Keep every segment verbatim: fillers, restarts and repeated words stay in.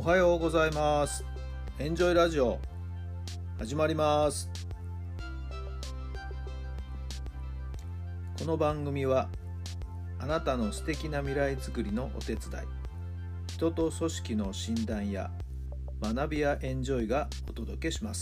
おはようございます。エンジョイラジオ始まります。この番組はあなたの素敵な未来づくりのお手伝い、人と組織の診断や学びやエンジョイがお届けします。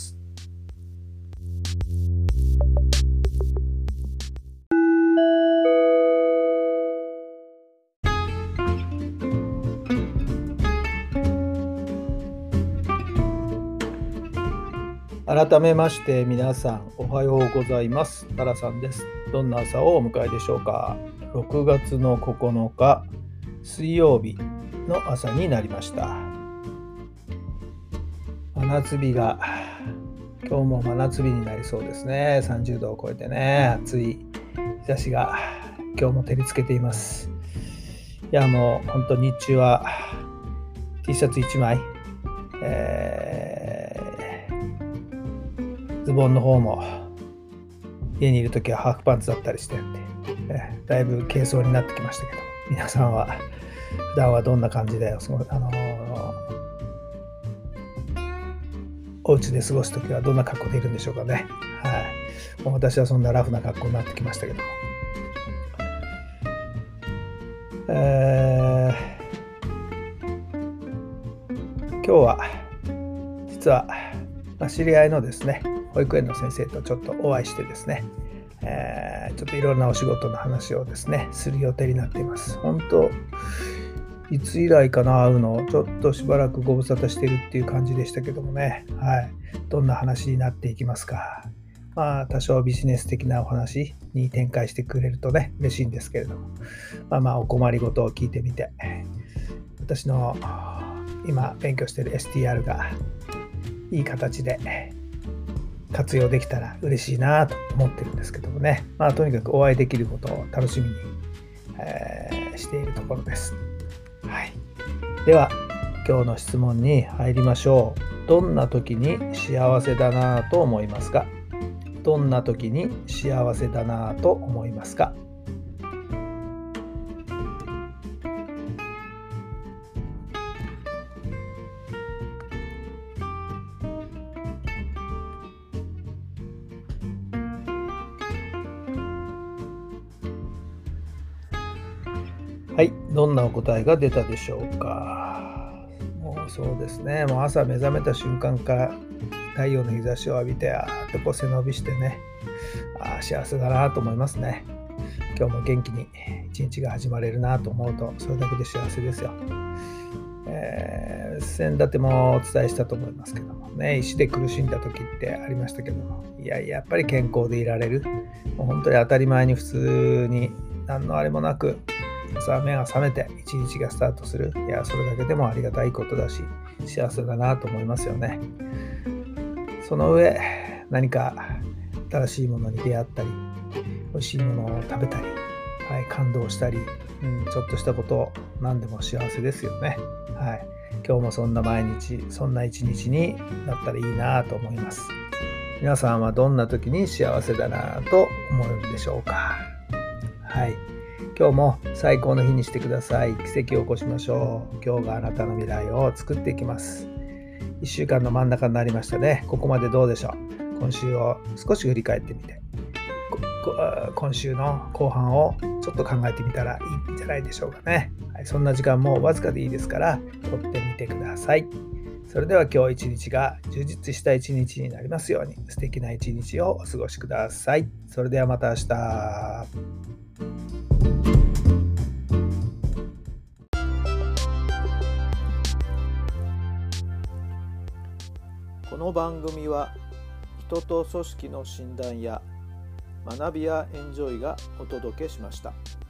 改めまして皆さんおはようございます。タラさんです。どんな朝をお迎えでしょうか。ろくがつのここのか水曜日の朝になりました。真夏日が今日も真夏日になりそうですね。さんじゅうどを超えてね、暑い日差しが今日も照りつけています。いやもう本当日中は T シャツいちまい、えーズボンの方も家にいるときはハーフパンツだったりしてて、えだいぶ軽装になってきましたけど、皆さんは普段はどんな感じでその、あのー、お家で過ごすときはどんな格好でいるんでしょうかね。はい、もう私はそんなラフな格好になってきましたけども、えー、今日は実は知り合いのですね保育園の先生とちょっとお会いしてですね、えー、ちょっといろんなお仕事の話をですねする予定になっています。本当いつ以来かな会うの、ちょっとしばらくご無沙汰してるっていう感じでしたけどもね、はい、どんな話になっていきますか。まあ多少ビジネス的なお話に展開してくれるとね嬉しいんですけれども、まあまあお困りごとを聞いてみて、私の今勉強している エスティーアール がいい形で活用できたら嬉しいなと思ってるんですけどもね、まあとにかくお会いできることを楽しみに、えー、しているところです。はい、では今日の質問に入りましょう。どんな時に幸せだなと思いますか。どんな時に幸せだなと思いますか。はい、どんなお答えが出たでしょうか。もうそうですね、もう朝目覚めた瞬間から太陽の日差しを浴びて、あーってこう背伸びしてね、あー幸せだなと思いますね。今日も元気に一日が始まれるなと思うと、それだけで幸せですよ。えー、先立てもお伝えしたと思いますけどもね、石で苦しんだ時ってありましたけども、いやいややっぱり健康でいられる、もう本当に当たり前に普通に何のあれもなく朝目が覚めて一日がスタートする、いやそれだけでもありがたいことだし幸せだなと思いますよね。その上何か新しいものに出会ったり美味しいものを食べたり、はい、感動したり、うん、ちょっとしたこと何でも幸せですよね。はい、今日もそんな毎日そんな一日になったらいいなと思います。皆さんはどんな時に幸せだなと思うんでしょうか。はい、今日も最高の日にしてください。奇跡を起こしましょう。今日があなたの未来を作っていきます。いっしゅうかんの真ん中になりましたね。ここまでどうでしょう。今週を少し振り返ってみて、今週の後半をちょっと考えてみたらいいんじゃないでしょうかね。はい、そんな時間もわずかでいいですから取ってみてください。それでは今日一日が充実した一日になりますように、素敵な一日をお過ごしください。それではまた明日。この番組は人と組織の診断や学びやエンジョイがお届けしました。